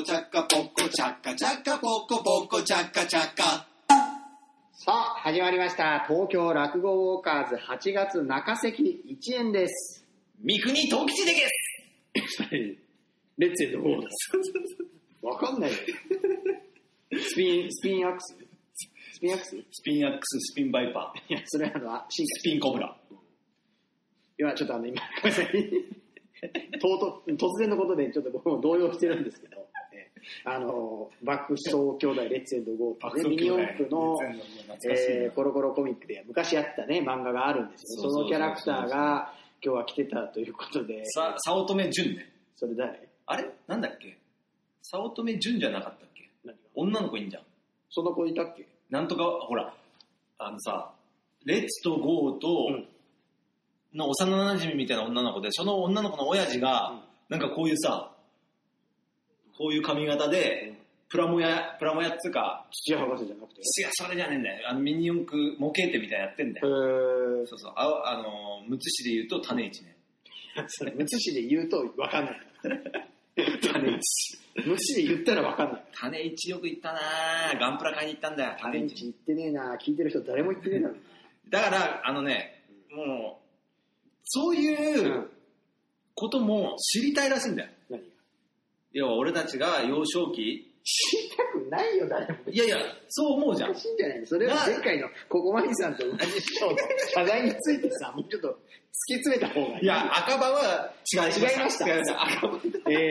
チャッカポッコチャッカチャッカポッコポッコチャッカチャッカ。 さあ始まりました東京落語ウォーカーズ8月中関一円です。 三国東吉でです。 レッツエンドゴーです。わかんないよ。スピンアックススピンアックススピンアックススピンバイパー。 いやそれスピンコブラ。 いやちょっと今ごめんなさい突然のことでちょっと僕も動揺してるんですけど、爆笑兄弟レッツエンドゴーって、ね、ミニ四駆の、コロコロコミックで昔あったね漫画があるんですよ。そのキャラクターが今日は来てたということで、 早乙女純ね。 それ誰？ あれなんだっけ？早乙女純じゃなかったっけ？何が？女の子いいんじゃん。 その子いたっけ？ なんとかほらさレッツとゴーと、の幼馴染みたいな女の子で、その女の子の親父が、なんかこういうさ、こういう髪型で、プラモ屋っつうか、 土屋博士じゃなくて、 いやそれじゃねえんだよ。ミニ四駆模型店みたいなやってんだよ。そうそう。むつ市で言うと種市ね。 それむつ市で言うと分かんない。 種市。 むつ市で言ったら分かんない。 種市よく行ったなぁ。ガンプラ買いに行ったんだよ。 種市行ってねえな。聞いてる人誰も行ってねえな。 だからもうそういうことも知りたいらしいんだよ。 何が？ 要は俺たちが幼少期。 知りたくないよ誰も。 いやいやそう思うじゃん。 おかしいんじゃないの？それは前回のココマニさんと同じ謝罪についてさ、もうちょっと突き詰めた方がいい。 いや赤羽は違いました。 赤羽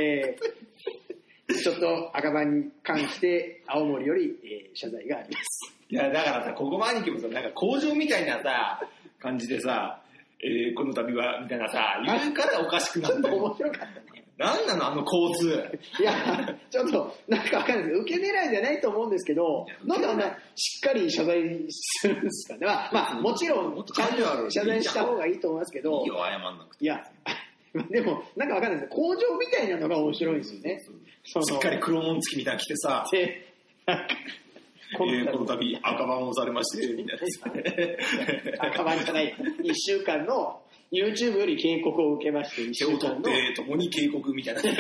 ちょっと赤羽に関して青森より、謝罪があります。 いやだからさココマ兄貴もさなんか工場みたいなさ感じでさ、この度はみたいなさ言うからおかしくなるんだよ。 ちょっと面白かったね。 なんなのあの構図。 いやちょっとなんかわかんないですけど受け狙いじゃないと思うんですけど、なんであんなしっかり謝罪するんですかね。まあもちろんちゃんと謝罪した方がいいと思いますけど。 いいよ謝んなくて。 いやでもなんかわかんないですけど工場みたいなのが面白いんですよね。 しっかり黒紋付きみたいなの着てさ。この度赤番をされましてみたいな赤番じゃない1週間の YouTube より警告を受けまして1週間の手を取って共に警告みたいな。い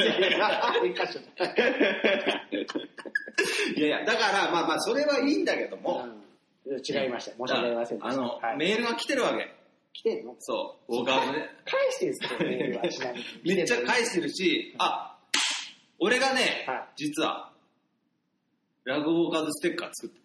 やだからまあそれはいいんだけども、 違いました。申し訳ありませんでした。 メールが来てるわけ。 来てんの？ そうウォーカーズね。 返してるんですか？メールはちなみにめっちゃ返してるし、俺がね、実はラグウォーカーズステッカー作った。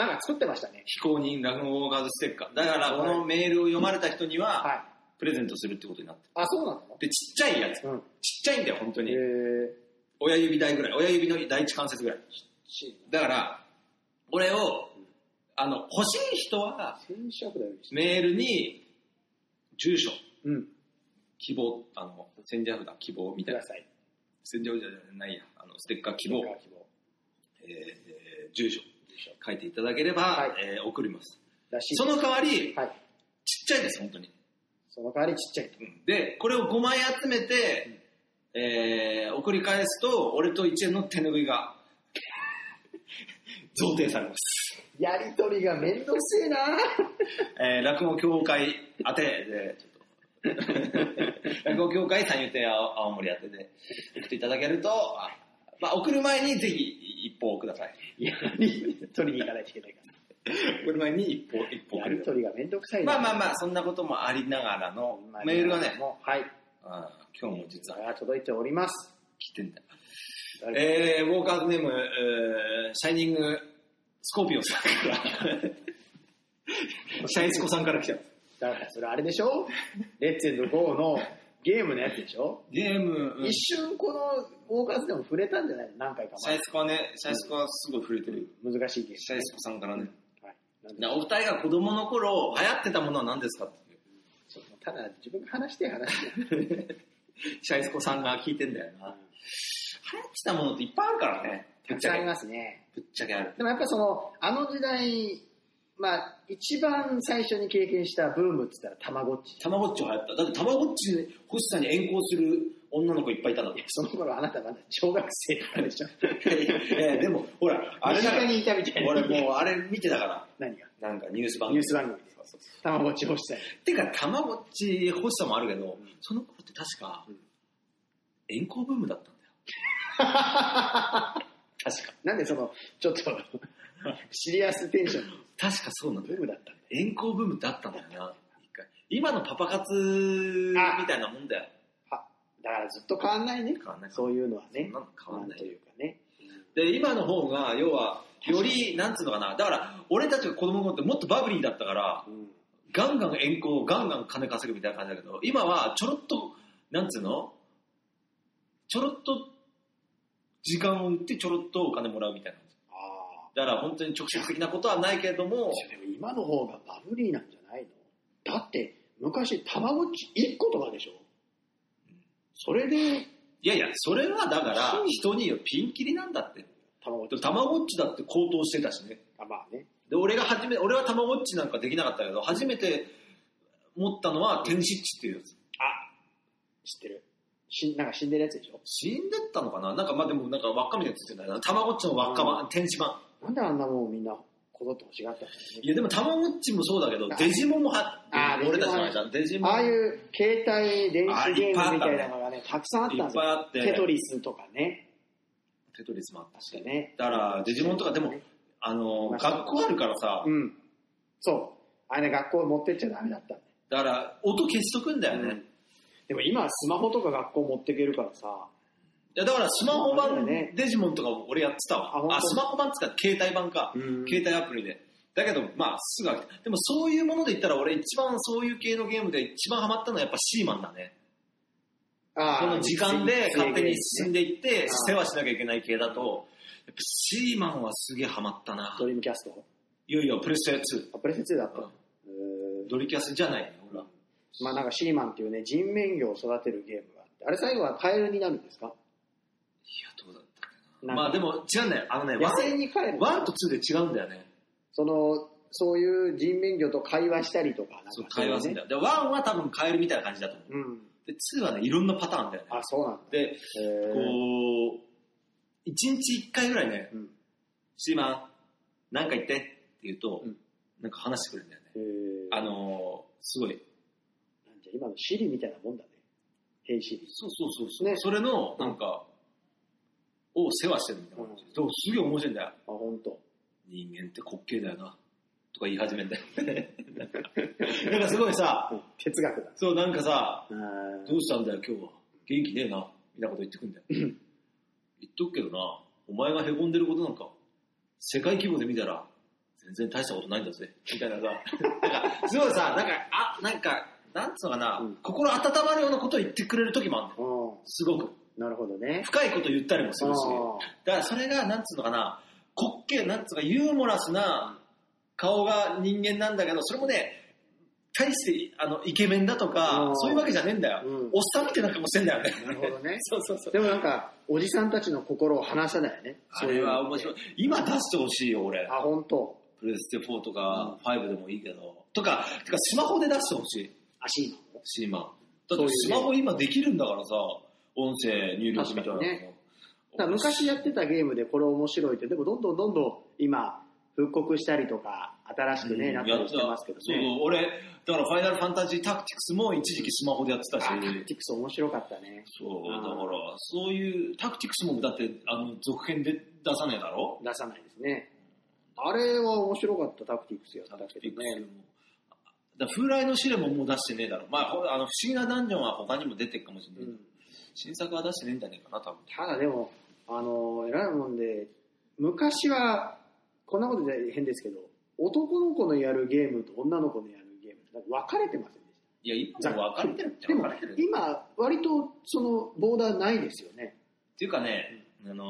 なんか作ってましたね。 非公認ラグウォーカーズステッカー。だからこのメールを読まれた人には、プレゼントするってことになってる。 そうなの？ で、ちっちゃいやつ。ちっちゃいんだよ、本当に。親指台ぐらい。親指の第一関節ぐらい。だから、俺を、欲しい人は、メールに、住所、希望、千社札希望みたいな。千社札じゃないや、ステッカー希望。住所書いていただければ、送ります。その代わり、ちっちゃいです、本当に。 その代わりちっちゃい。 で、これを5枚集めて、送り返すと、俺と1円の手拭いが贈呈されます。 やりとりがめんどくせえな落語協会宛てで、ちょっと落語協会三遊亭青森宛てで送っていただけると、送る前にぜひ一報ください。 いや、取りに行かないといけないから。 送る前に一報くれる。 やり取りがめんどくさいな。 まあ、そんなこともありながらのメールがね、今日も実は届いております。 来てんだ。ウォーカーズネーム、シャイニングスコーピオンさんから、シャイスコさんから来た。 だからそれあれでしょ？レッツエンドゴーのゲームのやつでしょ？ ゲーム、 一瞬このウォーカーズでも触れたんじゃないの？何回か前。シャイスコはね、シャイスコはすごい触れてる。 難しいゲーム。 シャイスコさんからね。お二人が子供の頃流行ってたものは何ですかっていう。 ただ自分が話してシャイスコさんが聞いてんだよな。流行ってたものっていっぱいあるからね。 たくさんありますね。 ぶっちゃけある。 でもやっぱあの時代、一番最初に経験したブームって言ったらたまごっち。 たまごっちは流行った。だってたまごっち欲しさに遠行する女の子いっぱいいたんだ。 その頃あなたまだ小学生とかでしょ。 でもほらあれ中にいたみたいな。 俺もうあれ見てたから。 何が？ なんかニュース番組で。 たまごっち欲しさに。 てかたまごっち欲しさもあるけど、その頃って確か遠行ブームだったんだよ。 確か。 なんでちょっとシリアステンション。 確かそうなんだよ。 ブームだったんだよ。 遠行ブームってあったんだよな。一回今のパパ活みたいなもんだよ。 だからずっと変わんないね。 変わんない。 そういうのはね。 そんなの変わんないというかね。 で、今の方が、要は、より、なんつうのかな。だから、俺たちが子供の頃ってもっとバブリーだったから、ガンガン遠行、ガンガン金稼ぐみたいな感じだけど、今はちょろっと、なんつうのちょろっと時間を売ってちょろっとお金もらうみたいな。だから本当に直接的なことはないけれども。 でも今の方がバブリーなんじゃないの？だって、昔、たまごっち1個とかでしょ？それで。 いやいや、それはだから、人にピンキリなんだって。たまごっちだって高騰してたしね。 まあね。 で、俺はたまごっちなんかできなかったけど、初めて持ったのは天使っちっていうやつ。 知ってる。なんか死んでるやつでしょ？ 死んでったのかな？なんかまあでもなんか輪っかみたいなやつついてんだよな。たまごっちの輪っか版、天使版。 なんであんなもんみんなこぞって欲しがったんだろうね。 いやでもたまごっちもそうだけど、デジモンも俺たちの間デジモン。 ああいう携帯電子ゲームみたいなのがね、たくさんあったんですよ。 いっぱいあって。 テトリスとかね。 テトリスもあったし。 ね。 だからデジモンとかでも、学校あるからさ。 うん。そう。あれね、学校持ってっちゃダメだったんだから音消しとくんだよね。 でも今はスマホとか学校持ってけるからさ。 いやだからスマホ版デジモンとか俺やってたわ。スマホ版って言ったら携帯版か。携帯アプリで。だけどまあすぐ飽きた。でもそういうもので言ったら俺一番そういう系のゲームで一番ハマったのはやっぱシーマンだね。この時間で勝手に進んでいって世話しなきゃいけない系だとやっぱシーマンはすげえハマったな。 ドリームキャスト？ いやいやプレステ2。 プレステ2だった。 ドリキャスじゃないねほら。 まあなんかシーマンっていうね人面魚を育てるゲームがあって、あれ最後はカエルになるんですか？ いやどうだったかな。まあでも違うんだよ。 野生に帰る。 1と2で違うんだよね。 そういう人面魚と会話したりとか。 そう会話するんだよ。で1は多分カエルみたいな感じだと思う。で2はねいろんなパターンだよね。 そうなんだ。 でこう1日1回ぐらいね、シーマンなんか言ってって言うと、なんか話してくれるんだよね。すごい。 じゃ今のシリみたいなもんだね。ヘイシリ。 そう。ね、それのなんかを世話してるみたいな。すげえ面白いんだよ。 本当。 人間って滑稽だよなとか言い始めんだよ。なんかすごいさ、 哲学だ。 そうなんかさ、どうしたんだよ今日は。元気ねえなみたいなこと言ってくんだよ。言っとくけどな、お前がへこんでることなんか世界規模で見たら全然大したことないんだぜみたいなさ、なんかすごいさ、なんつうのかな、心温まるようなことを言ってくれる時もあるんだよ。すごく。 なるほどね。 深いこと言ったりもするし、だからそれがなんつうのかな、滑稽、なんつうかユーモラスな顔が人間なんだけど、それもね、大してイケメンだとかそういうわけじゃねえんだよ。おっさんみたいな顔してんだよね。 なるほどね。 そう。 でもなんかおじさんたちの心を離さないよね。 あれは面白い。今出してほしいよ俺。 本当。 プレステ4とか5でもいいけど、てかスマホで出してほしい。シーマン。だってスマホ今できるんだからさ、音声入力みたいなの。 ね、だ昔やってたゲームでこれ面白いって、でもどんどん今復刻したりとか新しくね、なったりしてますけどね。 そう俺だからファイナルファンタジータクティクスも一時期スマホでやってたし。 タクティクス面白かったね。 そうだからそういうタクティクスもだって続編で出さないだろ。 出さないですね。あれは面白かった。タクティクスやったけどね。 風来の試練ももう出してねえだろ。まあ不思議なダンジョンは他にも出てるかもしれない。新作は出してねえんじゃねえかな多分。 ただでも偉いもんで昔はこんなことで変ですけど、男の子のやるゲームと女の子のやるゲームってなんか分かれてませんでした？ いや今も分かれてるって分かれてる。 でも今割とそのボーダーないですよね。 っていうかね、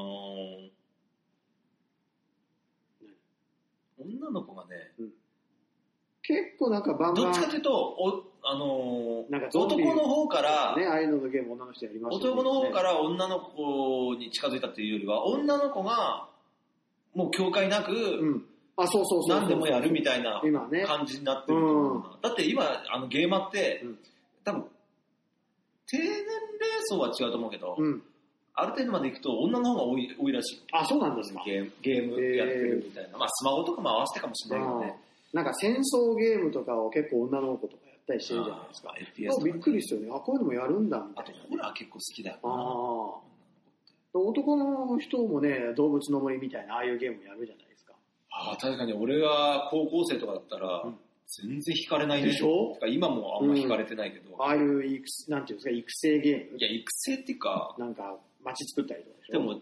女の子がね、 結構なんかバンバンどっちかというとなんか男の方からね、ああいうののゲーム女の人やりましたね。 男の方から女の子に近づいたっていうよりは、女の子がもう境界なく、何でもやるみたいな感じになってると思うな。だって今ゲーマーって、多分低年齢層は違うと思うけど、ある程度まで行くと女の方が多いらしい。 そうなんですか。 ゲームやってるみたいな。まあスマホとかも合わせてかもしれないけどね。 なんか戦争ゲームとかを結構女の子とかやったりしてるじゃないですか。びっくりですよね。こういうのもやるんだみたいな。 あとホラー結構好きだよな。 男の人もね、動物の森みたいな、ああいうゲームやるじゃないですか。 ああ、確かに俺が高校生とかだったら、全然惹かれないね。 でしょ？ 今もあんま惹かれてないけど。 ああいうなんていうんですか、育成ゲーム。 いや、育成っていうか。 なんか、街作ったりとかでしょ。 でも待って、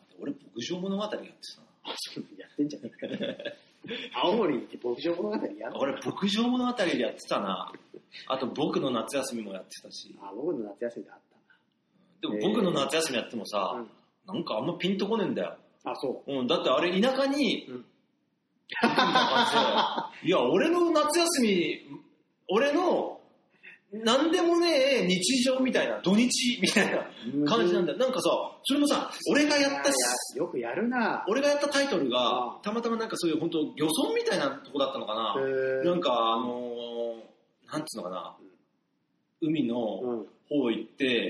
俺、牧場物語やってたな。 あ、そうやってんじゃねえか。青森って牧場物語やるの？ 俺、牧場物語でやってたな。あと、僕の夏休みもやってたし。 あ、僕の夏休みであったな。でも、僕の夏休みやってもさ、なんかあんまピンとこねえんだよ。 あ、そう。 だってあれ、田舎に、いや、俺の夏休み、俺の、なんでもねえ日常みたいな、土日みたいな感じなんだよ。なんかさ、それもさ、俺がやったよくやるな。 俺がやったタイトルが、たまたまなんかそういう本当漁村みたいなとこだったのかな。なんかなんつうのかな、海の方行って、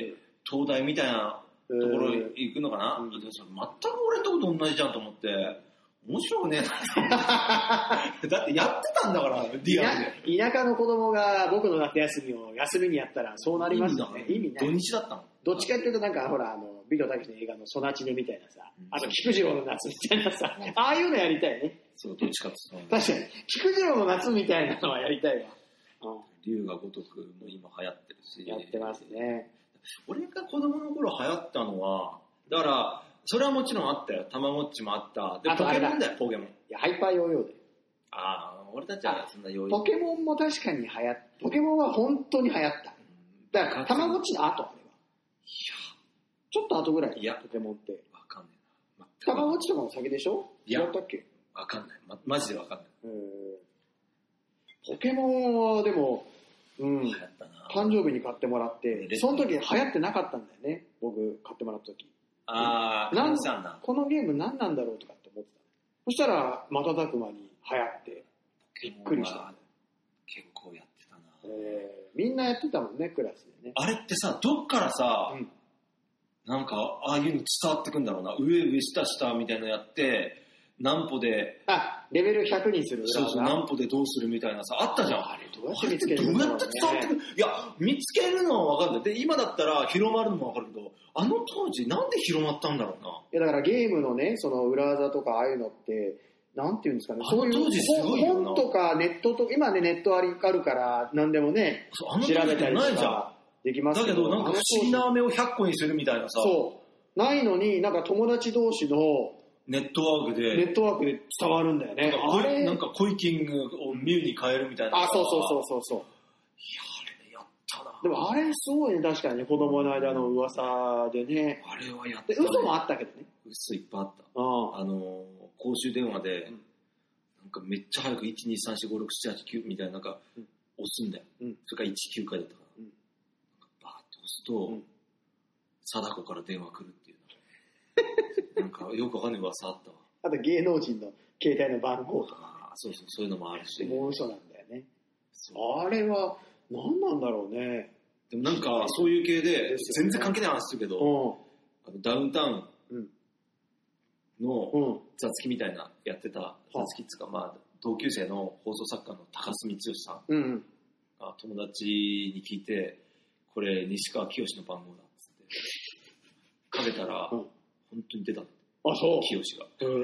灯台みたいなところ行くのかな。全く俺のとこと同じじゃんと思って。面白くねえな。だってやってたんだから、リアルで。田舎の子供が僕の夏休みを休みにやったらそうなりますよね。意味ない。 土日だったの。 どっちかっていうとなんかほら、ビトタケシの映画のソナチネみたいなさ、あと菊次郎の夏みたいなさ、ああいうのやりたいね。 そう、どっちかっていうと。確かに。菊次郎の夏みたいなのはやりたいわ。 龍が如くも今流行ってるし。 やってますね。 俺が子供の頃流行ったのは、だから、それはもちろんあったよ。たまごっちもあった。で、ポケモンだよ、ポケモン。いや、ハイパーヨーヨーで。 ああ、俺たちはそんなヨーヨー。 ポケモンも確かにポケモンは本当に流行った。だから、たまごっちの後、あれは。いや、ちょっと後ぐらい。いや、ポケモンって。 わかんないな。 たまごっちとかも先でしょ？違ったっけ？ わかんない。マジでわかんない。 ポケモンはでも、 流行ったな。 誕生日に買ってもらって、その時流行ってなかったんだよね。僕、買ってもらった時。 ああ、このゲーム何なんだろうとかって思ってた。そしたら瞬く間に流行ってびっくりした。 結構やってたな。 みんなやってたもんね、クラスでね。 あれってさ、どっからさ、なんかああいうの伝わってくんだろうな。上下みたいなのやって何歩でレベル100にする。 そう何歩でどうするみたいなさ、あったじゃん。 あれどうやって見つけるの？ どうやって伝わってくる？いや、見つけるのは分かんない。で、今だったら広まるのも分かるけど、あの当時なんで広まったんだろうな。 いやだからゲームのね、その裏技とかああいうのって、なんていうんですかね、 そういう当時すごいよな。 本とかネットとか、今ねネットあるから何でもね、調べたりとかできますけど。 だけどなんか不思議な飴を100個にするみたいなさ。 そう。ないのに、なんか友達同士のネットワークで伝わるんだよね。 なんかコイキングをミュウに変えるみたいな。 そう。いや、 あれやったな。 でもあれすごいね、確かにね、子供の間の噂でね。 あれはやったね。 嘘もあったけどね。 嘘いっぱいあった。公衆電話で、なんかめっちゃ早く1、2、3、4、5、6、7、8、9みたいな、なんか押すんだよ。それから1、9回だったから。バーッと押すと、貞子から電話来るっていう。なんかよくわかんない噂あったわ。 あと芸能人の携帯の番号とか。 そういうのもあるし。 もう嘘なんだよね。あれは何なんだろうね。 でもなんかそういう系で、全然関係ない話するけど、ダウンタウンの座付きみたいなやってた、座付きっていうか、同級生の放送作家の高須光義さんが友達に聞いて、これ西川きよしの番号だっつってかけたら、本当に出た。 そう。 きよしが。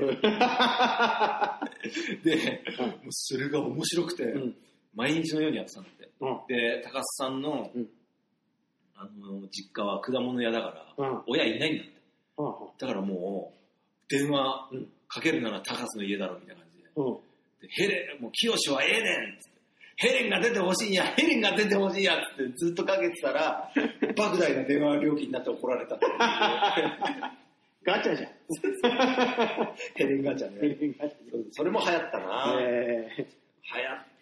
で、もうそれが面白くて、毎日のようにやってたんだって。で、高須さんの、実家は果物屋だから、親いないんだって。だからもう、電話かけるなら高須の家だろみたいな感じで。もうきよしはええねんっつって。ヘレンが出てほしいんやってずっとかけてたら、莫大な電話料金になって怒られたっていう。 ガチャじゃん。 ヘレンガチャね。それも流行ったな。流行った。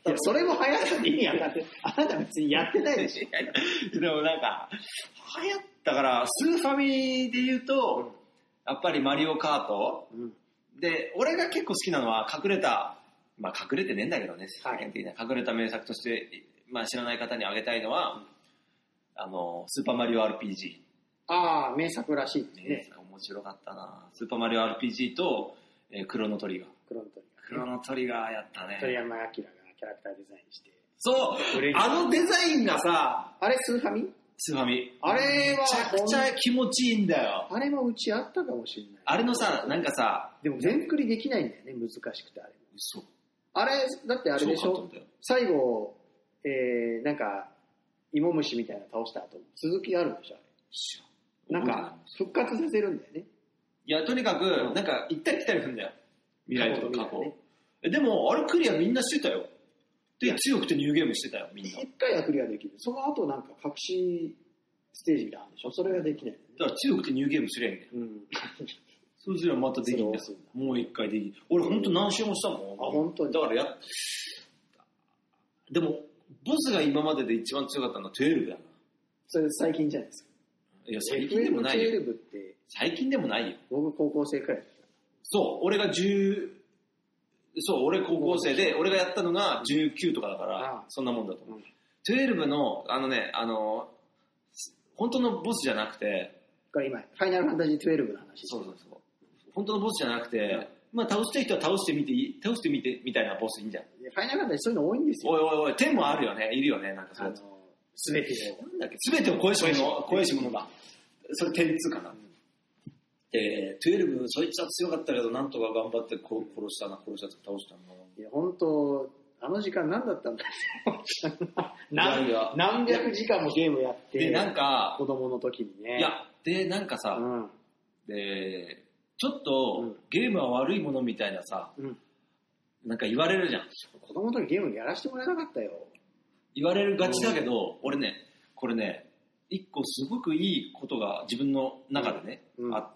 いや、それも流行ったって意味わかんない。あなた別にやってないでしょ。でもなんか、流行ったから、スーファミで言うと、やっぱりマリオカート。で、俺が結構好きなのは隠れてねえんだけどね、世間的な隠れた名作として、知らない方にあげたいのは、スーパーマリオ RPG。 名作らしいですね。 面白かったな。スーパーマリオ RPG と、クロノトリガー。クロノトリガーやったね。 鳥山明がキャラクターデザインして。 そう、あのデザインがさ、 あれスーファミ？ スーファミ。 あれは、 めちゃくちゃ気持ちいいんだよ。 あれもうちあったかもしれない。 あれのさ、なんかさ、 でも全クリできないんだよね、難しくてあれ。 嘘。 あれ、だってあれでしょ、最後、なんか、芋虫みたいなの倒した後、続きあるんでしょ、あれ。なんか、復活させるんだよね。 いや、とにかく、なんか、行ったり来たりするんだよ。未来とか過去。でも、あれクリアみんなしてたよ。で、強くてニューゲームしてたよ、みんな。 一回はクリアできる。その後なんか隠しステージがあるんでしょ、それができない、ね。 だから強くてニューゲームすりゃいいんだよ。うん。そうすればまたできるんだよ。もう一回できる。俺ほんと何周もしたもん。 あ、本当に。 だからでも、ボスが今までで一番強かったのは12だな。 それ最近じゃないですか。 いや、最近でもないよ。 12って。 最近でもないよ。 僕高校生くらいだった。 そう、俺高校生で、俺がやったのが19とかだから、そんなもんだと思う。12の、本当のボスじゃなくて、 これ今、ファイナルファンタジー12の話。 そう。本当のボスじゃなくて、まあ倒したい人は倒してみてみたいなボスいいんじゃん。 ファイナルファンタジーそういうの多いんですよ。 おい、天もあるよね、いるよね、なんかそういうすべてを。 なんだっけ、すべてを超えし者だ。それ天2かな。12、そいつは強かったけど、なんとか頑張って倒したな。 いや、本当あの時間何だったんだ何百時間もゲームやって、 で、なんか、 子供の時にね。 いや、で、なんかさ、で、ちょっと、ゲームは悪いものみたいなさ、なんか言われるじゃん。 子供の時ゲームやらせてもらえなかったよ。 言われるがちだけど、俺ね、これね、一個すごくいいことが自分の中でね、あって、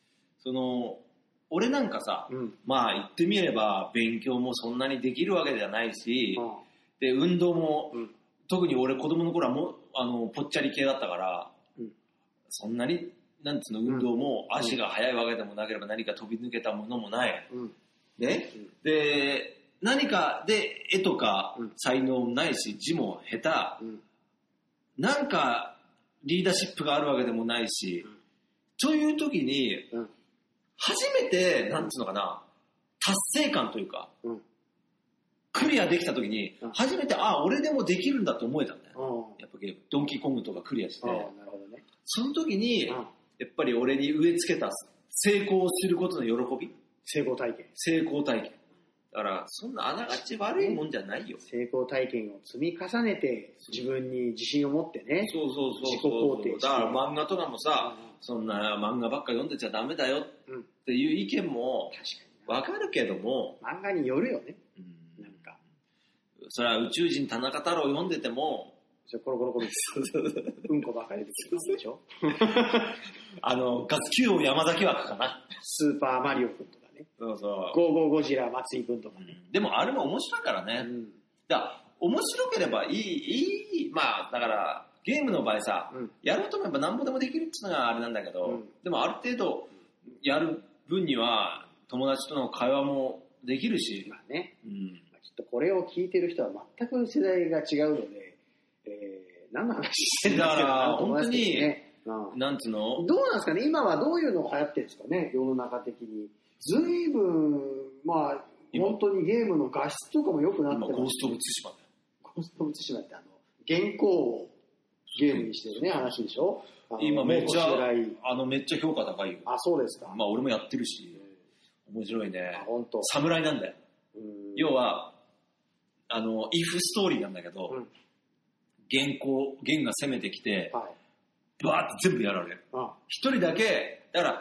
俺なんかさ、まあ言ってみれば勉強もそんなにできるわけじゃないし、で運動も、特に俺子供の頃はもぽっちゃり系だったから、そんなになんつうの運動も足が速いわけでもなければ何か飛び抜けたものもない、ね、で何かで絵とか才能もないし字も下手、なんかリーダーシップがあるわけでもないし、という時に、初めて、なんつうのかな、達成感というか、クリアできた時に、初めて、俺でもできるんだと思えたんだよ。やっぱドンキーコングとかクリアして、その時に、やっぱり俺に植え付けた成功することの喜び。 成功体験。 だから、そんなあながち悪いもんじゃないよ。 成功体験を積み重ねて、自分に自信を持ってね。 そう。 自己肯定して。 だから漫画とかもさ、そんな漫画ばっか読んでちゃダメだよっていう意見もわかるけども。 漫画によるよね。なんか。 それは宇宙人田中太郎読んでても、 コロコロコロうんこばっかり出てくるでしょ。 ガス球王山崎枠かな。 スーパーマリオくんとかね。ゴーゴーゴジラ松井くんとかね。 でもあれも面白いからね。だから面白ければいい、まあだからゲームの場合さ、やろうと思えば何ぼでもできるっていうのがあれなんだけど、でもある程度やる分には友達との会話もできるし。 まあね。きっとこれを聞いてる人は全く世代が違うので、何の話してるんだろうなと思いますけどね。 なんつうの？ どうなんですかね、今はどういうのが流行ってるんですかね、世の中的に。随分、まあ、本当にゲームの画質とかも良くなってます。 ゴースト・オブ・ツシマだよ。 ゴースト・オブ・ツシマって原稿をゲームにしてるね、話でしょ。 今めっちゃ評価高いよ。 そうですか。 まあ俺もやってるし、面白いね。 本当。 侍なんだよ。要は、イフストーリーなんだけど、弦が攻めてきて、バーって全部やられる。一人だけ、だから、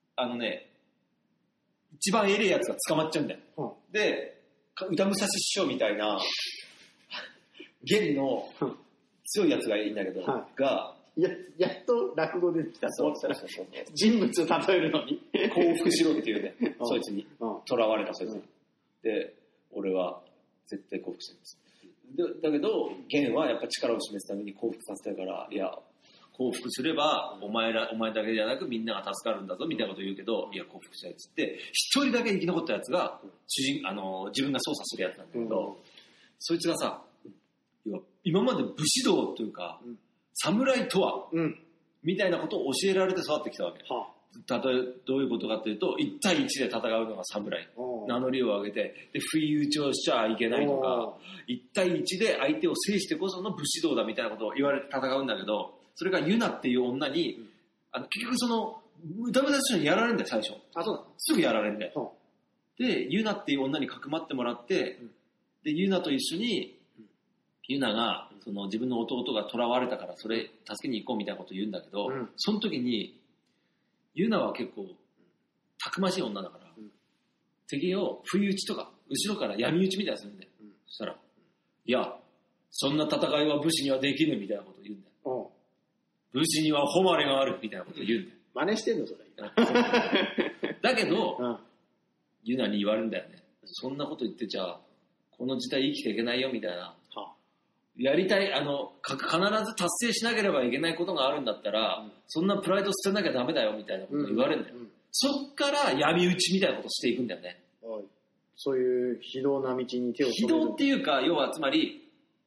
一番エレやつが捕まっちゃうんだよ。で、歌武蔵師匠みたいな、弦の強いやつがいいんだけど、が、 やっと落語できたそう人物を例えるのに。 降伏しろっていうね、そいつに。囚われたそいつに。で、俺は絶対降伏してるんです。だけど、弦はやっぱ力を示すために降伏させたいから、いや、降伏すればお前だけじゃなくみんなが助かるんだぞみたいなことを言うけど、いや降伏したやつって一人だけ生き残ったやつが自分が操作するやつなんだけど、そいつがさ、今まで武士道というか、侍とは、みたいなことを教えられて育ってきたわけ。例えどういうことかというと、1対1で戦うのが侍。 名乗りを上げて、で不意打ちをしちゃいけないとか、1対1で相手を制してこその武士道だみたいなことを言われて戦うんだけど、それがユナっていう女に、結局その歌武蔵師匠にやられるんだよ最初。すぐやられるんだよ。でユナっていう女にかくまってもらって、でユナと一緒に、ユナがその自分の弟が囚われたからそれ助けに行こうみたいなことを言うんだけど、その時にユナは結構たくましい女だから、敵を不意打ちとか後ろから闇打ちみたいなするんだよ。そしたら、いやそんな戦いは武士にはできぬみたいなことを言うんだよ。武士には誉れがあるみたいなことを言うんだよ。 真似してんのそれ。 だけど、ユナに言われるんだよね。そんなこと言ってちゃこの時代生きていけないよみたいな。やりたい、必ず達成しなければいけないことがあるんだったら、そんなプライド捨てなきゃダメだよみたいなことを言われるんだよ。そっから闇打ちみたいなことをしていくんだよね。 そういう非道な道に手を染める。 非道っていうか、要はつまり、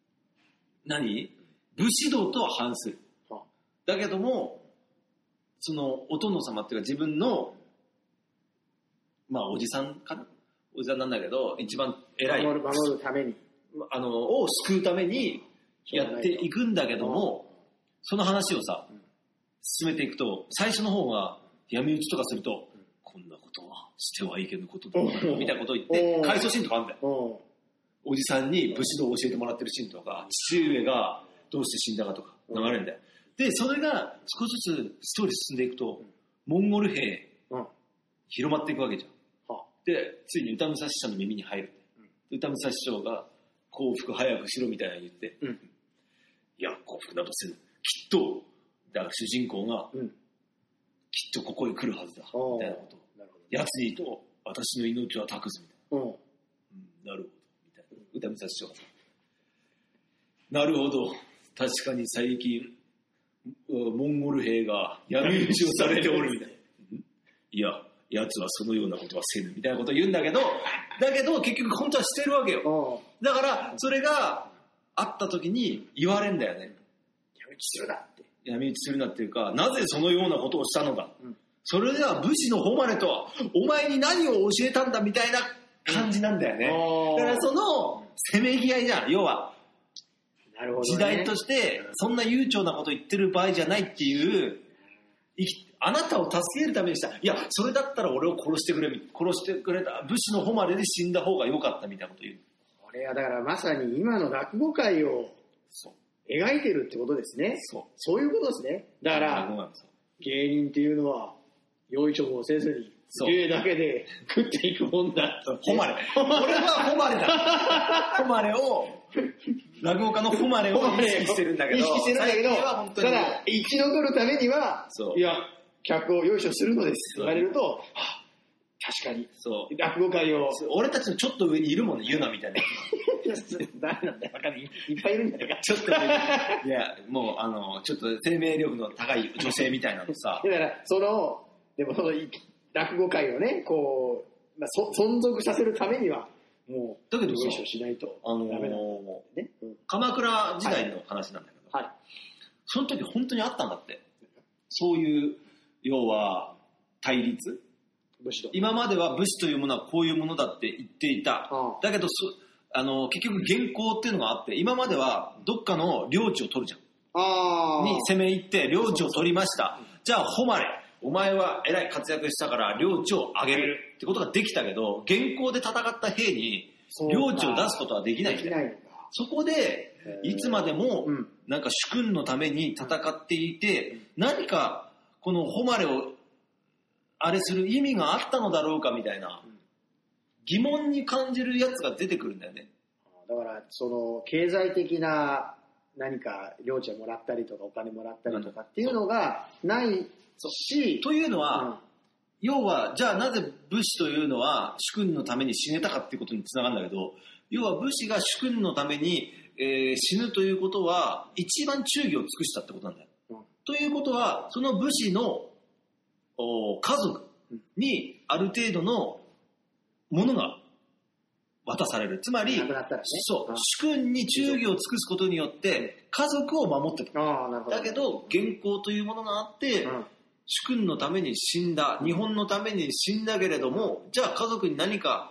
武士道とは反する。だけども、そのお殿様っていうか自分の、おじさんかな、おじさんなんだけど、一番偉い。 守るために。 を救うためにやっていくんだけども、その話をさ、進めていくと、最初の方が闇打ちとかすると、こんなことはしてはいけぬことだみたいなことを言って、回想シーンとかあるんだよ。おじさんに武士道を教えてもらってるシーンとか、父上がどうして死んだかとか流れるんだよ。で、それが少しずつストーリー進んでいくと、モンゴル兵、広まっていくわけじゃん。で、ついに歌武蔵師匠の耳に入る。歌武蔵師匠が、降伏早くしろみたいな言って、いや、降伏などせぬ。きっと、だから主人公が、きっとここへ来るはずだ。みたいなこと。やつにと、私の命は託すみたいな。なるほど。みたいな。歌武蔵師匠がさ、なるほど。確かに最近、モンゴル兵が闇討ちをされておるみたいな。いや、奴はそのようなことはせぬみたいなことを言うんだけど結局本当はしてるわけよ。だからそれがあった時に言われるんだよね。 闇打ちするなって。 闇打ちするなっていうか、なぜそのようなことをしたのか。それでは武士の誉れとはお前に何を教えたんだみたいな感じなんだよね。だからそのせめぎ合いじゃん。要は時代としてそんな悠長なこと言ってる場合じゃないっていう。あなたを助けるためにした。いや、それだったら俺を殺してくれた武士の誉れで死んだ方が良かったみたいなこと言う。 これはだからまさに今の落語界を描いてるってことですね。そういうことですね。だから芸人っていうのは良い処分をせずに芸だけで食っていくもんだ。 誉れ。俺は誉れだ。誉れを落語家の誉れを意識してるんだけど、 ただ生き残るためには、いや、客をよいしょするのですって言われると、確かに、落語界を。 俺たちのちょっと上にいるもんね、ユナみたいな。 誰なんだよ、いっぱいいるんだよ。 ちょっと、いや、もう、ちょっと生命力の高い女性みたいなのさ。 だから、でも落語界をね、こう、存続させるためには、もう、 だけどさ、 しないと鎌倉時代の話なんだけど、その時本当にあったんだって。そういう、要は、対立。今までは武士というものはこういうものだって言っていた。だけど結局元寇っていうのがあって、今まではどっかの領地を取るじゃん。に攻め入って領地を取りました。じゃあ誉れ。お前は偉い活躍したから領地をあげるってことができたけど、元寇で戦った兵に領地を出すことはできないんだよ。そこでいつまでもなんか主君のために戦っていて、何かこの誉れをあれする意味があったのだろうかみたいな疑問に感じるやつが出てくるんだよね。 だからその経済的な何か領地をもらったりとかお金もらったりとかっていうのがないし、 というのは、要はじゃあなぜ武士というのは主君のために死ねたかっていうことにつながるんだけど、要は武士が主君のために、死ぬということは一番忠義を尽くしたってことなんだよ。ということはその武士の家族にある程度のものが渡される。つまり、主君に忠義を尽くすことによって家族を守ってた。だけど元寇というものがあって、主君のために死んだ、日本のために死んだけれども、じゃあ家族に何か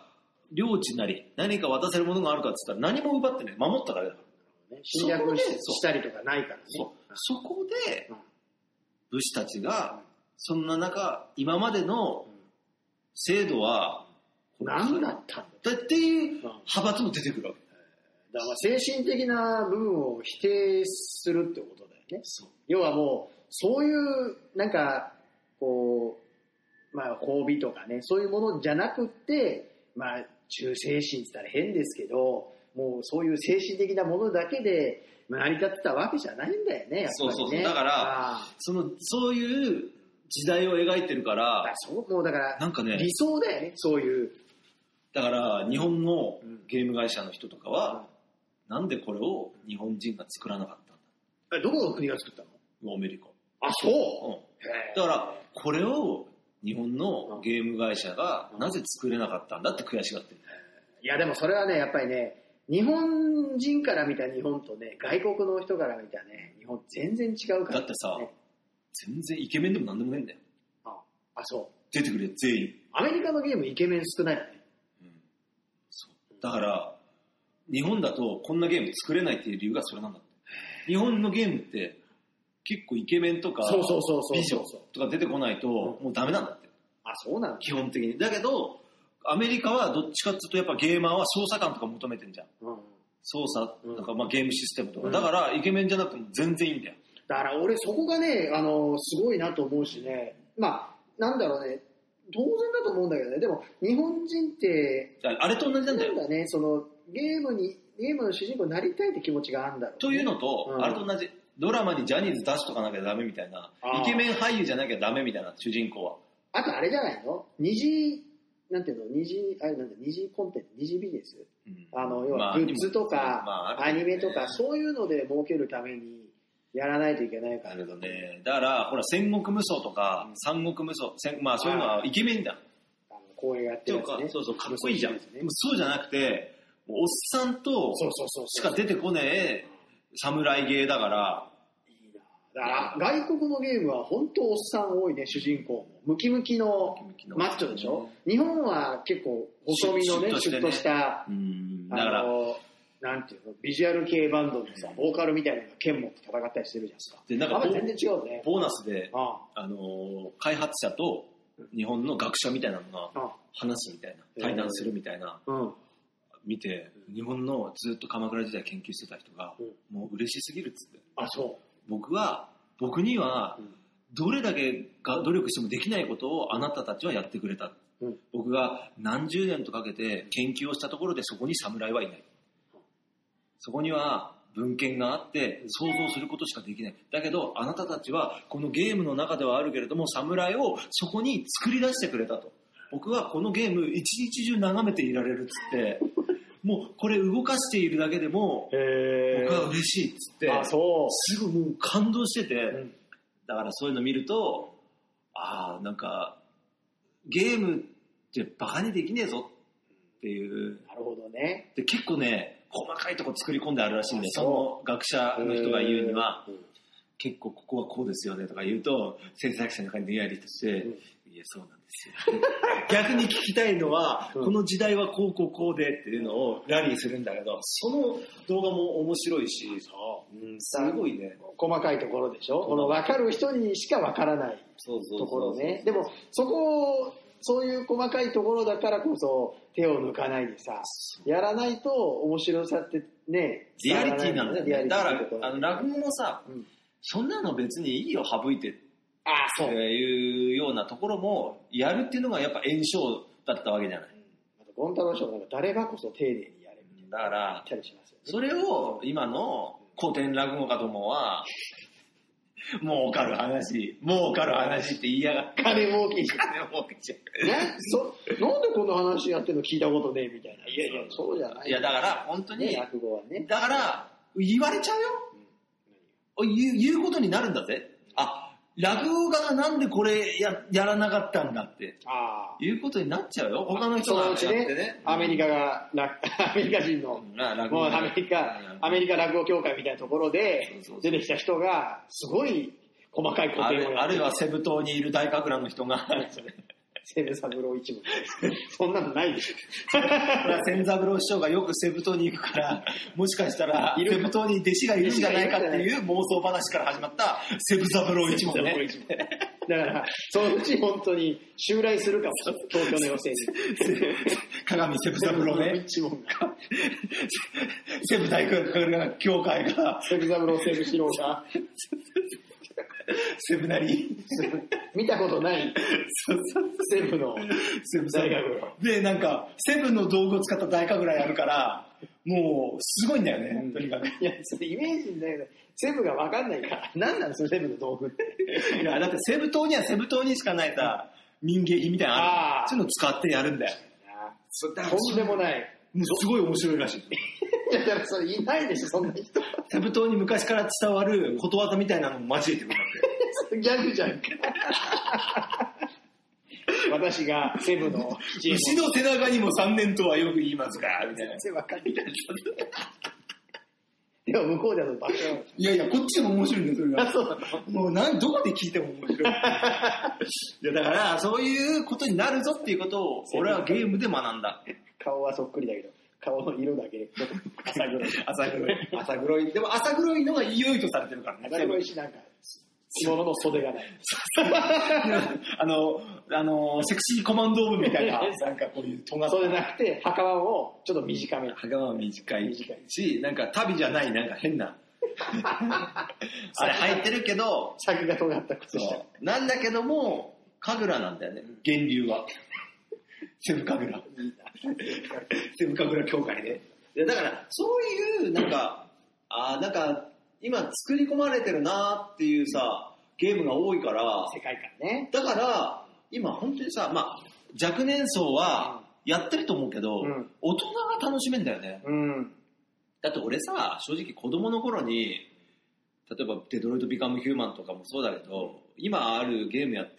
領地なり何か渡せるものがあるかって言ったら何も奪ってね、守っただけだから。 侵略したりとかないからね。 そこで、武士たちが、そんな中、今までの制度は、 何だったんだっていう派閥も出てくるわけ。 だから精神的な部分を否定するってことだよね。要はもう、そういう、なんか、こう、まあ、褒美とかね、そういうものじゃなくって、まあ、忠誠心って言ったら変ですけど、もうそういう精神的なものだけで成り立ってたわけじゃないんだよね、やっぱりね。 そう。だから、そういう時代を描いてるから、 もうだから、なんかね、理想だよね、そういう。 だから、日本のゲーム会社の人とかは、なんでこれを日本人が作らなかったんだ。 どこの国が作ったの？ アメリカ。 あ、そう、 だから、これを日本のゲーム会社がなぜ作れなかったんだって悔しがってる。 いや、でもそれはね、やっぱりね、日本人から見た日本とね、外国の人から見たね、日本全然違うから、ね。 だってさ、全然イケメンでもなんでもねえんだよ。 あ、そう。 出てくれ、全員。 アメリカのゲームイケメン少ないよね。 そうだから、日本だとこんなゲーム作れないっていう理由がそれなんだって。日本のゲームって結構イケメンとか美女とか出てこないともうダメなんだって。 あ、そうなんだ。 基本的に。だけど、アメリカはどっちかっていうとやっぱゲーマーは操作感とか求めてんじゃん。操作、なんかまあゲームシステムとか。だからイケメンじゃなくても全然いいんだよ。 だから俺そこがね、すごいなと思うしね。まあ、なんだろうね。当然だと思うんだけどね。でも日本人って、 あれと同じなんだよ。 なんだね、ゲームの主人公になりたいって気持ちがあるんだろう、ね。 というのと、あれと同じ。ドラマにジャニーズ出しとかなきゃダメみたいな。イケメン俳優じゃなきゃダメみたいな、主人公は。 あとあれじゃないの？なんていうの？二次コンテンツ、二次ビジネス、要はグッズとか、アニメとか、そういうので儲けるためにやらないといけないから。 なるほどね。だから、ほら、戦国無双とか、三国無双、まあそういうのはイケメンだ。 公演やってるやつね。 そう、かっこいいじゃん。そうじゃなくて、おっさんとしか出てこねえ侍ゲーだから、 だから外国のゲームは本当おっさん多いね、主人公も。ムキムキのマッチョでしょ。日本は結構細身のね、シュッとした、だからなんていうの、ビジュアル系バンドのさ、ボーカルみたいなのが剣持って戦ったりしてるじゃんすか。 で、なんか全然違うね。 ボーナスで、開発者と日本の学者みたいなのが話すみたいな、対談するみたいな、見て、日本のずっと鎌倉時代研究してた人が、もう嬉しすぎるっつって。 あ、そう。 僕にはどれだけ努力してもできないことをあなたたちはやってくれた、僕が何十年とかけて研究をしたところでそこに侍はいない、そこには文献があって想像することしかできない。だけどあなたたちはこのゲームの中ではあるけれども侍をそこに作り出してくれたと。僕はこのゲーム一日中眺めていられるっつってもうこれ動かしているだけでも僕は嬉しいっつってすごいもう感動してて、だからそういうの見るとなんかゲームってバカにできねえぞっていう。 なるほどね。 で結構ね細かいとこ作り込んであるらしいんで、その学者の人が言うには結構ここはこうですよねとか言うと制作者の中にやりとして、いやそうなんですよ逆に聞きたいのは、この時代はこうでっていうのをラリーするんだけど、その動画も面白いし、すごいね細かいところでしょ。この分かる人にしか分からないところね。でもそういう細かいところだからこそ手を抜かないでさ、やらないと面白さってね、 リアリティなんだよね。だから落語もさ、そんなの別にいいよ省いてそういうようなところもやるっていうのがやっぱ炎症だったわけじゃない。 権太郎師匠なんか誰がこそ丁寧にやれみたいな。 だからそれを今の古典落語家どもは儲かる話って言いやがって金儲けちゃうなんでこの話やってるの聞いたことねえみたいな。いやそうじゃない。 いやだから本当に落語はね。 だから言われちゃうよ。言うことになるんだぜ。落語家がなんでこれ やらなかったんだっていうことになっちゃうよ。他の人がやってね。 アメリカ人のもうアメリカ落語協会みたいなところで出てきた人がすごい細かい古典をやってあるいはセブ島にいる大神楽の人がセブ三郎一門そんなのないでしょ。 千三郎師匠がよくセブ島に行くからもしかしたらセブ島に弟子がいるんじゃないかっていう妄想話から始まったセブ三郎一門ね。 だからそのうち本当に襲来するかも東京の予選に鏡セブ三郎ね。 一門がセブ大学協会がセブ三郎セブ四郎がセブなり見たことないセブの大学でなんかセブの道具を使った大神楽やるからもうすごいんだよね、とにかく。 いやそれイメージだよね。セブが分かんないから何なのそのセブの道具って。 いやだってセブ島にはセブ島にしかないさ民芸品みたいなのある。そういうの使ってやるんだよ。 とんでもない。 もうすごい面白いらしい。 いやだからそれいないでしょそんな人。 セブ島に昔から伝わることわざみたいなのも交えてるんだって。ギャグじゃんか。私がセブの牛の背中にも3年とはよく言いますかみたいな。 全然わかんない。でも向こうでの場所。 いやいやこっちも面白いんだよそれが。 そうなの。もうどこで聞いても面白い。いやだからそういうことになるぞっていうことを俺はゲームで学んだ。 顔はそっくりだけど顔の色だけ朝黒い。 朝黒い。でも朝黒いのが良いとされてるからね。 朝黒いしなんか着物の袖がない。 セクシーコマンドー部みたいな、なんかこういう尖った。 そうじゃなくて、袴をちょっと短め。 袴は短いし、なんか旅じゃない、なんか変な。あれ入ってるけど、 先が尖った靴下。 なんだけども、神楽なんだよね、源流は。セブ神楽。セブ神楽協会で。だから、そういう、なんか今作り込まれてるなっていうさゲームが多いから世界観ね。 だから今本当にさ若年層はやってると思うけど、大人が楽しめんだよね、だって俺さ正直子供の頃に例えばデトロイトビカムヒューマンとかもそうだけど今あるゲームやって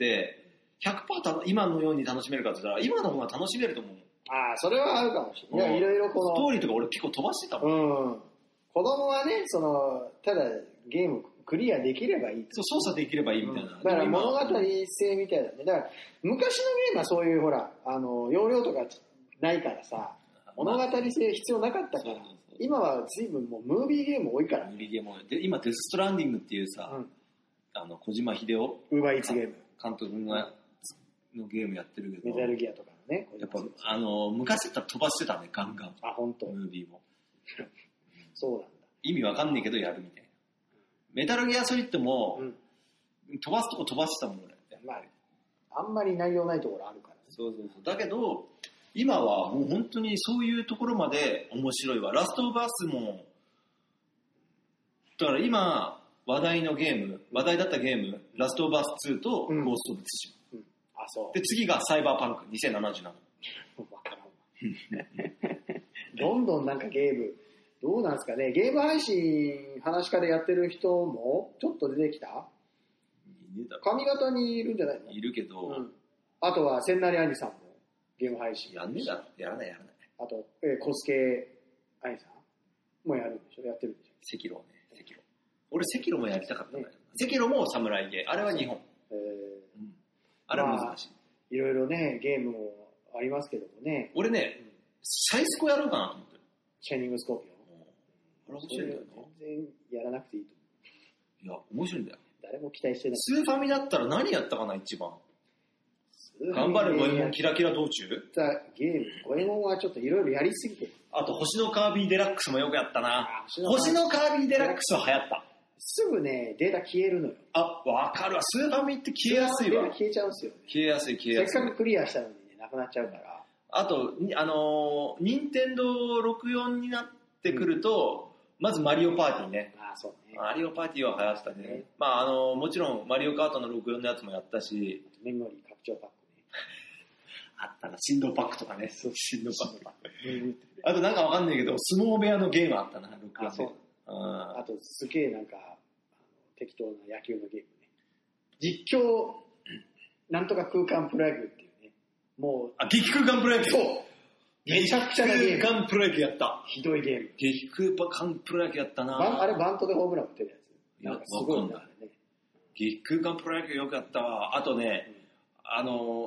100% 今のように楽しめるかって言ったら今の方が楽しめると思う。 ああそれはあるかもしれない。いろいろこのストーリーとか俺結構飛ばしてたもん、 子供はね、ただゲームクリアできればいい。 そう、操作できればいいみたいな。 だから物語性みたいだね。だから昔のゲームはそういうほら、容量とかないからさ、物語性必要なかったから、今は随分もうムービーゲーム多いから。 ムービーゲーム多い。で、今デスストランディングっていうさ、小島秀夫。 ウーバーイーツゲーム。 監督のゲームやってるけど。 メタルギアとかのね。 やっぱ、昔だったら飛ばしてたね、ガンガン。 あ、本当。 ムービーも。 そうなんだ。 意味わかんないけどやるみたいな。メタルギアソリッドも、飛ばすとこ飛ばしてたもん俺。 あんまり内容ないところあるから、ね。 そうだけど、今はもう本当にそういうところまで面白いわ。ラストオブアスも、だから今話題だったゲーム、ラストオブアス2とゴーストオブツシマ。 あ、そう。 で、次がサイバーパンク2077。 わからんわ。どんどんなんかゲーム、どうなんですかね。ゲーム配信、話し家でやってる人もちょっと出てきた？髪型にいるんじゃないの？ いるけど、 あとは千成兄さんもゲーム配信やんねえだろ。やらない。 あと、コスケ兄さんもやるんでしょ？やってるんでしょ？ 赤狼。俺赤狼もやりたかったんだけど、赤狼も侍ゲー、あれは日本。あれは難しい。 いろいろねゲームもありますけどもね。 俺ね、シャイスコやろうかなと思ってる。 シャイニングスコーピオン。 あれ面白いんだよね。 全然やらなくていいと思う。いや、面白いんだよ。 誰も期待してない。 スーファミだったら何やったかな、一番。頑張れゴエモンキラキラ道中。 ゲーム、ゴエモンはちょっといろいろやりすぎてる。 あと、星のカービィデラックスもよくやったな。星のカービィデラックスは流行った。 すぐね、データ消えるのよ。 あ、わかるわ。スーファミって消えやすいわ。 データ消えちゃうんですよ、ね。 消えやすい。 せっかくクリアしたのにね、なくなっちゃうから。 あと、任天堂64になってくると、まずマリオパーティーね。 あ、そうね。 マリオパーティーは流行ってたね。もちろんマリオカートの64のやつもやったし。 メモリー拡張パックね。 あったな。振動パックとかね。振動パック。あとなんかわかんないけど、相撲部屋のゲームあったな、64で。 あ、そう。あと、すげえなんか、適当な野球のゲームね。実況、なんとか空間プロ野球っていうね。もう。 激空間プロ野球。 そう。めちゃくちゃなゲーム。 空間プロ野球やった。 ひどいゲーム。 激空間プロ野球やったな。 あれバントでホームラン打ってるやつ。 なんかすごいんだね。激空間プロ野球よくやったわ。あとね、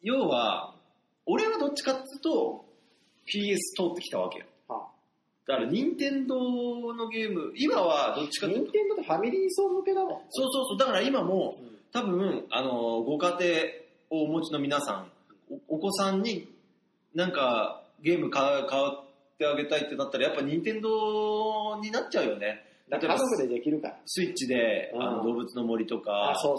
要は、俺はどっちかっていうと、PS 通ってきたわけよ。だから、任天堂のゲーム、今はどっちかっていうと。 任天堂ってファミリー層向けだもん。 そうそうそう。だから今も、多分、ご家庭をお持ちの皆さん、お子さんになんかゲーム買ってあげたいってなったら、やっぱ任天堂になっちゃうよね。 家族でできるから。 スイッチで、動物の森とか。 そう。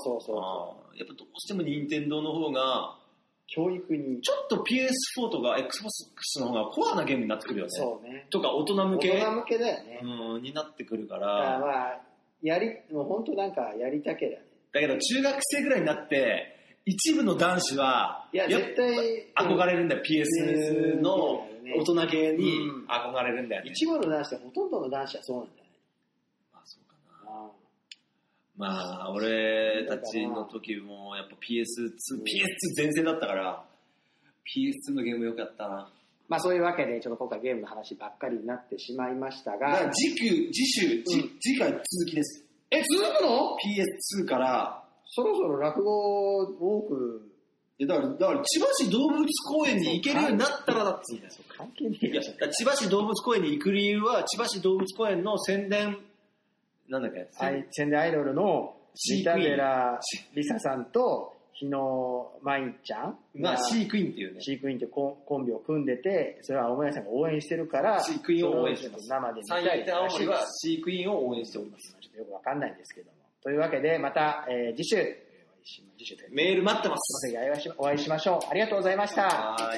やっぱどうしても任天堂の方が、 教育に。 ちょっと PS4 とか Xbox の方がコアなゲームになってくるよね。 そうね。 とか大人向け。 大人向けだよね。 になってくるから。 まあ、もう本当なんかやりたければね。 だけど中学生ぐらいになって、一部の男子は、 絶対憧れるんだよ。PS の大人系に憧れるんだよね。 一部の男子はほとんどの男子はそうなんだよね。 まあそうかな。まあ俺たちの時もやっぱ PS2 全盛だったから、PS2 のゲーム良かったな。 まあそういうわけでちょっと今回ゲームの話ばっかりになってしまいましたが、 次回続きです。 続くの ?PS2 からそろそろ落語多く。 だから千葉市動物公園に行けるようになったらだっつうんだよ。 関係ねえよ。 千葉市動物公園に行く理由は、千葉市動物公園の宣伝、なんだっけ、 宣伝アイドルの三田寺梨沙さんと日野舞ちゃんが飼育員っていうね。 飼育員ってコンビを組んでて、それは青森さんが応援してるから、 飼育員を応援してます。 生で見たい。 青森は飼育員を応援しております。 ちょっとよくわかんないんですけども。というわけで、また、次週メール待ってます。 お会いしましょう。ありがとうございました。 はい。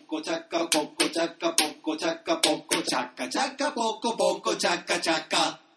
チャッカポッコチャッカ